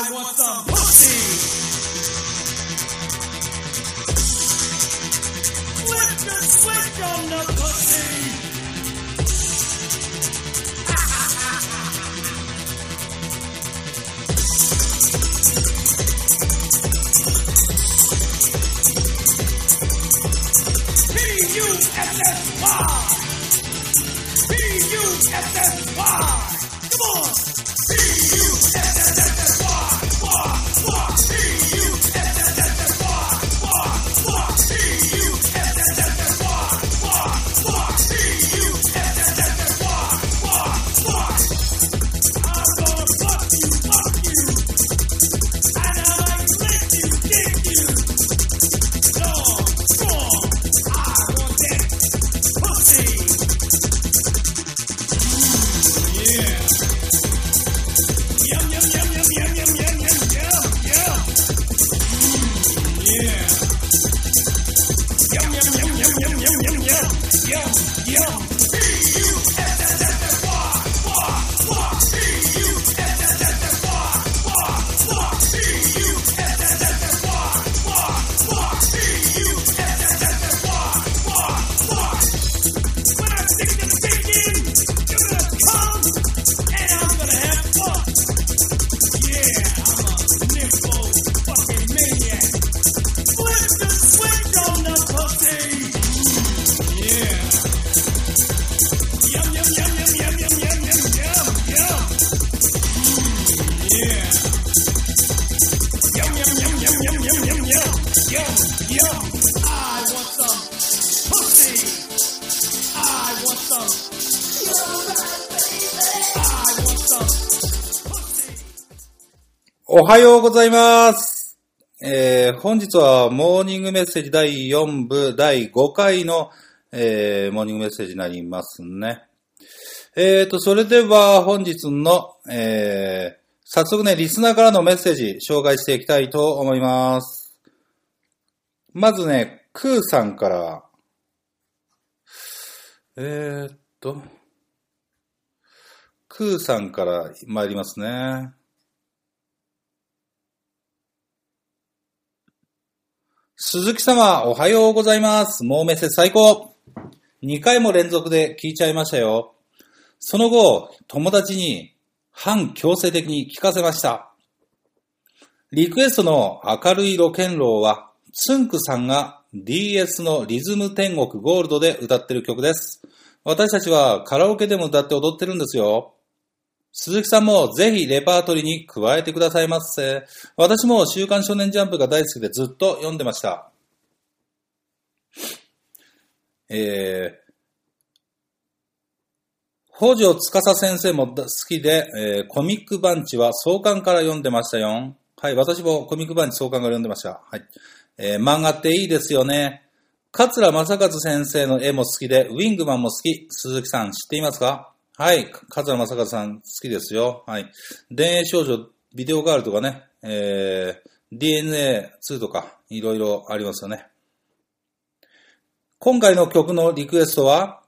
want some pussy. Flip the switch on the pussy. P-U-S-S-Y. P-U-S-S-Y. Come on. おはようございます。本日はモーニングメッセージ第4部第5回の、モーニングメッセージになりますね。それでは本日の、早速ね、リスナーからのメッセージ紹介していきたいと思います。まずね、クーさんから、クーさんから参りますね。鈴木様、おはようございます。もうメッセージ最高。2回も連続で聞いちゃいましたよ。その後、友達に反強制的に聞かせました。リクエストの明るいロケンローは、つんくさんが DS のリズム天国ゴールドで歌ってる曲です。私たちはカラオケでも歌って踊ってるんですよ。鈴木さんもぜひレパートリーに加えてくださいませ。私も週刊少年ジャンプが大好きでずっと読んでました。北条司先生も好きで、コミックバンチは創刊から読んでましたよ。はい、私もコミックバンチ創刊から読んでました。はい。漫画っていいですよね。桂正和先生の絵も好きで、ウィングマンも好き。鈴木さん知っていますか？はい。桂正和さん好きですよ。はい。田園少女ビデオガールとかね、DNA2 とかいろいろありますよね。今回の曲のリクエストは、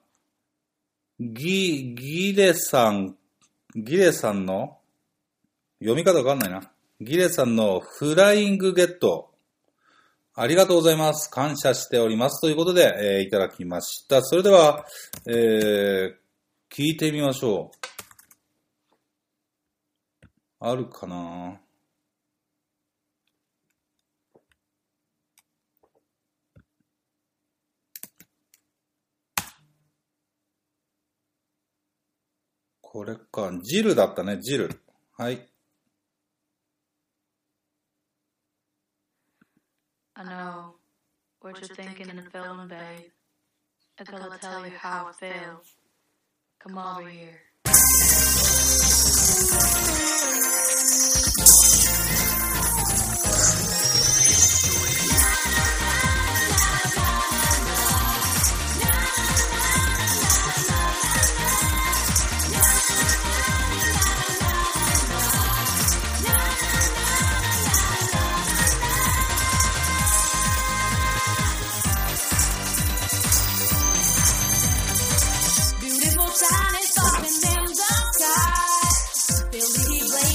ギレさんの、読み方わかんないな。ギレさんのフライングゲット。ありがとうございます。感謝しております。ということで、いただきました。それでは、聞いてみましょう。あるかな？これか。ジルだったね、ジル。はい。 I know what you're thinking and feeling, babe. I gotta tell you how I feel. Come over here. Beautiful shine is up in the sky. Believe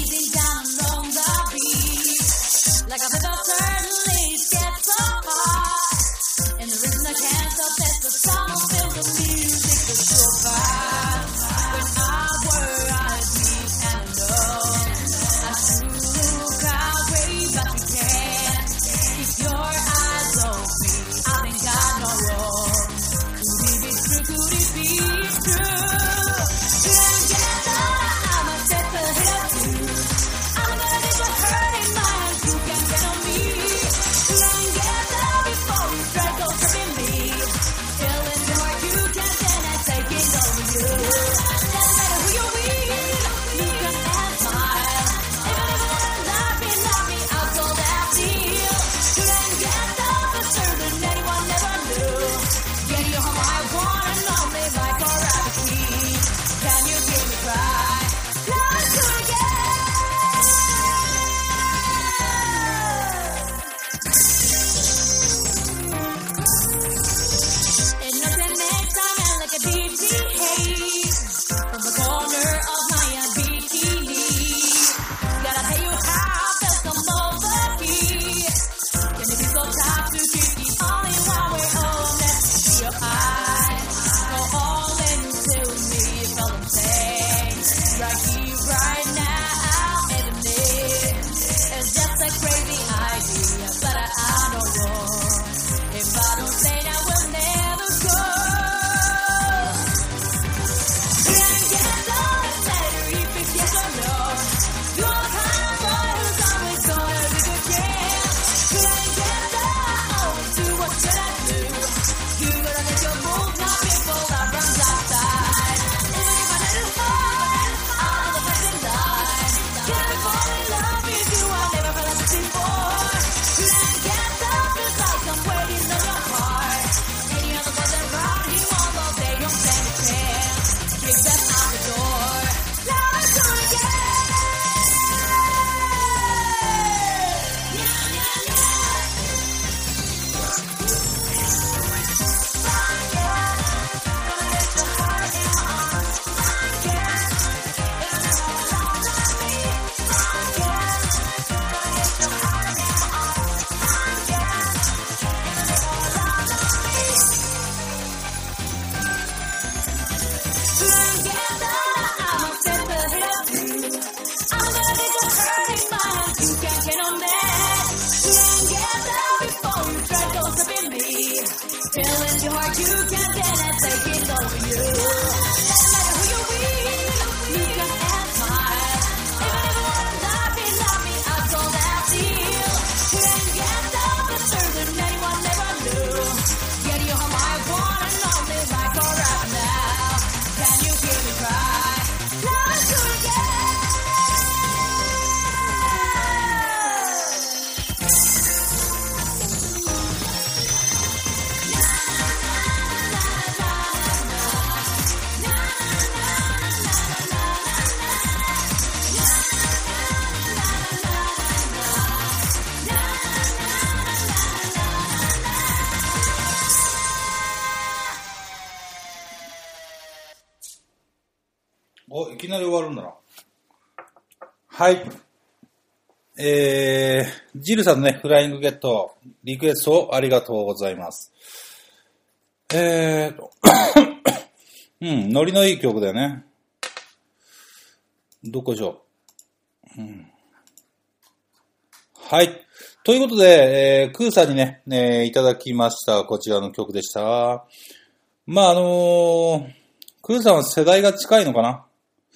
you can get it taking over you. Doesn't matter who you be, you can act mine. Even if you wanna love me, I don't have deal. You ain't get down the truth and anyone never knew. Get you home, I want and only right forever now. Can you hear me cry? Love is good again. お、いきなり終わるんだな。はい。ジルさんのね、フライングゲット、リクエストをありがとうございます。ノリのいい曲だよね。どこでしょう。はい。ということで、クーさんにね、いただきましたこちらの曲でした。まあ、クーさんは世代が近いのかな。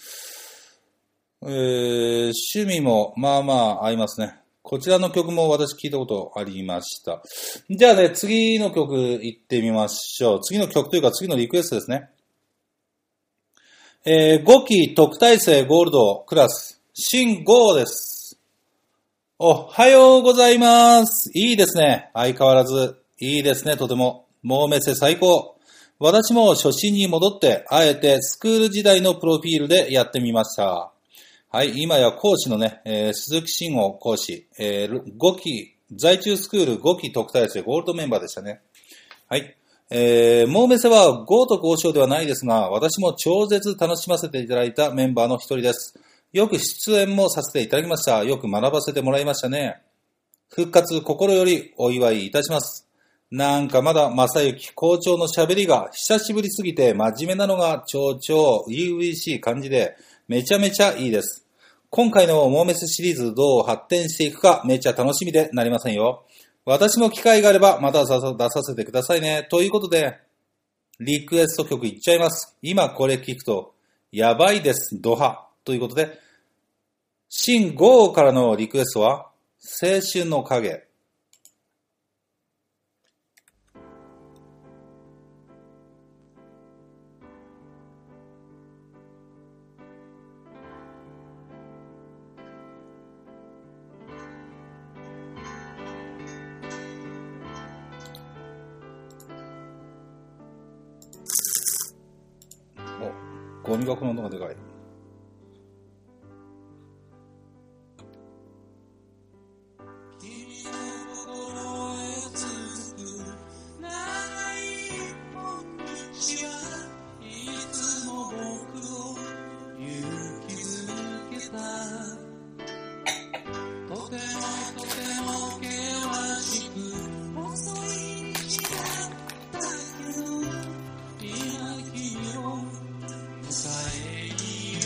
趣味もまあまあ合いますね。こちらの曲も私聞いたことありました。じゃあね、次の曲行ってみましょう。次の曲というか次のリクエストですね。5期特待生ゴールドクラス、新5です。おはようございます。いいですね。相変わらず。いいですね、とても。もうめせ最高。私も初心に戻って、あえてスクール時代のプロフィールでやってみました。はい、今や講師のね、鈴木慎吾講師、5期、在中スクール5期特待生ゴールドメンバーでしたね。はい。もうめせは豪徳王将ではないですが、私も超絶楽しませていただいたメンバーの一人です。よく出演もさせていただきました。よく学ばせてもらいましたね。復活心よりお祝いいたします。なんかまだ正幸校長の喋りが久しぶりすぎて真面目なのが超初々しい感じでめちゃめちゃいいです。今回のモーメスシリーズどう発展していくかめっちゃ楽しみでなりませんよ。私も機会があればまた出させてくださいね。ということで、リクエスト曲いっちゃいます。今これ聞くとやばいです。ドハ。ということで、新5からのリクエストは青春の影。ゴミ箱の音がでかい。 迎えに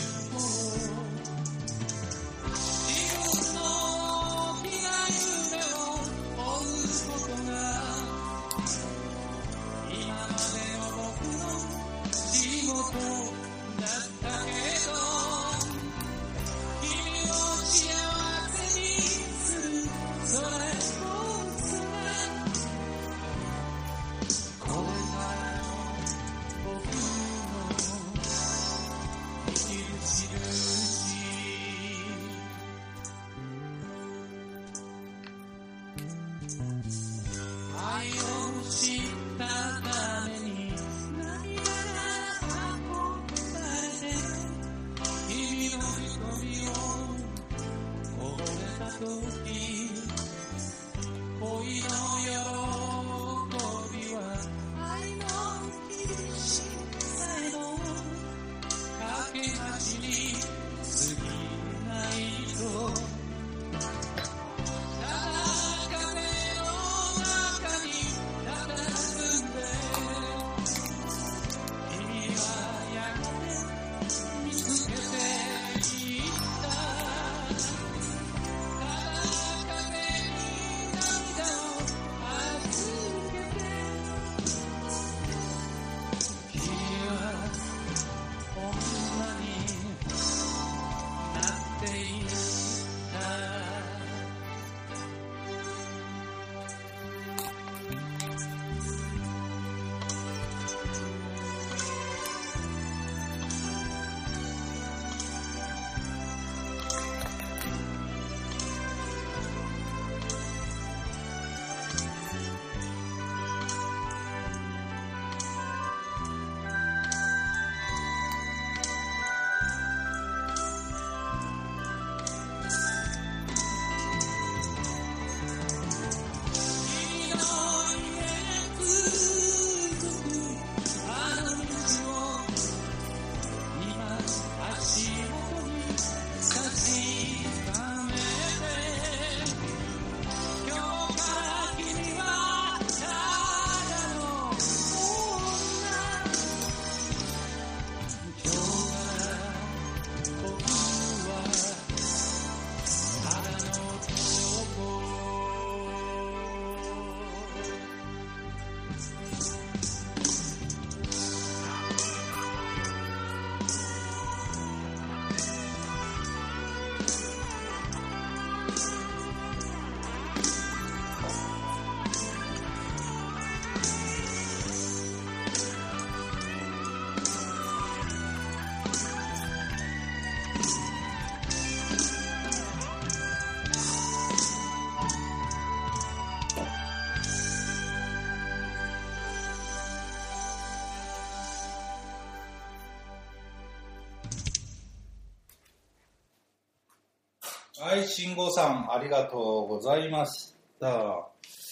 はい、信号さん、ありがとうございました。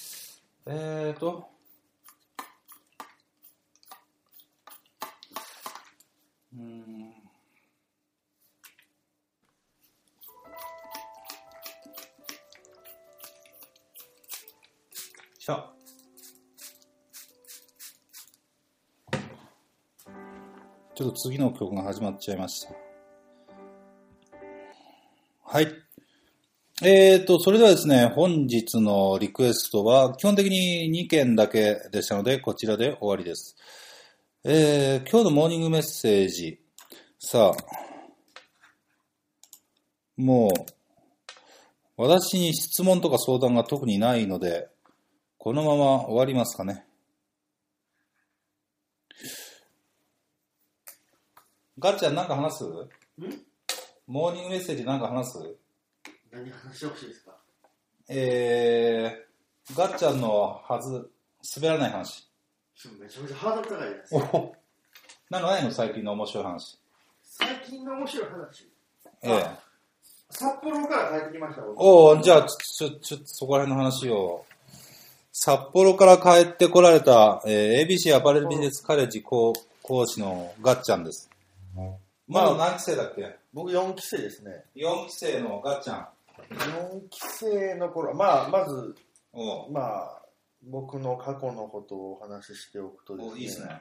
ちょっと次の曲が始まっちゃいました。はい。それではですね、本日のリクエストは基本的に2件だけでしたので、こちらで終わりです。今日のモーニングメッセージ。さあ、もう、私に質問とか相談が特にないので、このまま終わりますかね。ガッチャンなんか話す？モーニングメッセージなんか話す？ 何話してほしいですか？ ガッチャンの滑らない話。 めちゃめちゃハードル高いです。 ないの最近の面白い話。 最近の面白い話。札幌から帰ってきました。 じゃあちょっとそこら辺の話を。札幌から帰ってこられた、ABC アパレルビジネスカレッジ講師のガッチャンです。まだ何期生だっけ？ 僕4期生ですね。 4期生のガッチャン。 4期生の頃、まず、僕の過去のことをお話ししておくとですね。 いいです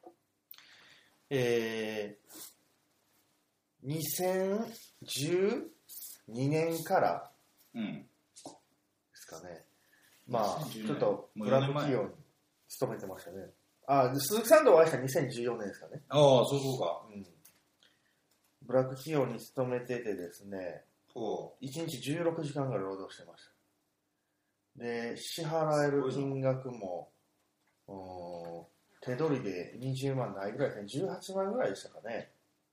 ね。2012年からですかね。ちょっとブラック企業に勤めてましたね。鈴木さんとお会いした2014年ですかね。 そうか。 ブラック企業に勤めててですね、1日16時間ぐらい労働してました。で、支払える金額も、手取りで20万ないぐらいですね、18万ぐらいでしたかね。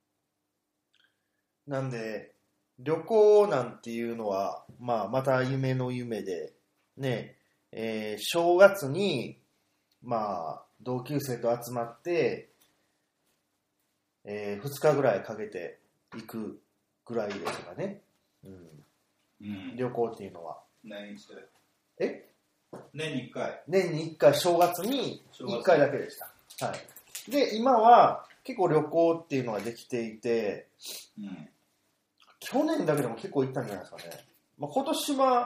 なんで、旅行なんていうのは、また夢の夢で、ね、正月に、同級生と集まって、2日ぐらいかけて行くぐらいですかね。旅行っていうのは。 年に1回。 年に1回、正月に1回だけでした。はい。で、今は結構旅行っていうのができていて、去年だけでも結構行ったんじゃないですかね。今年は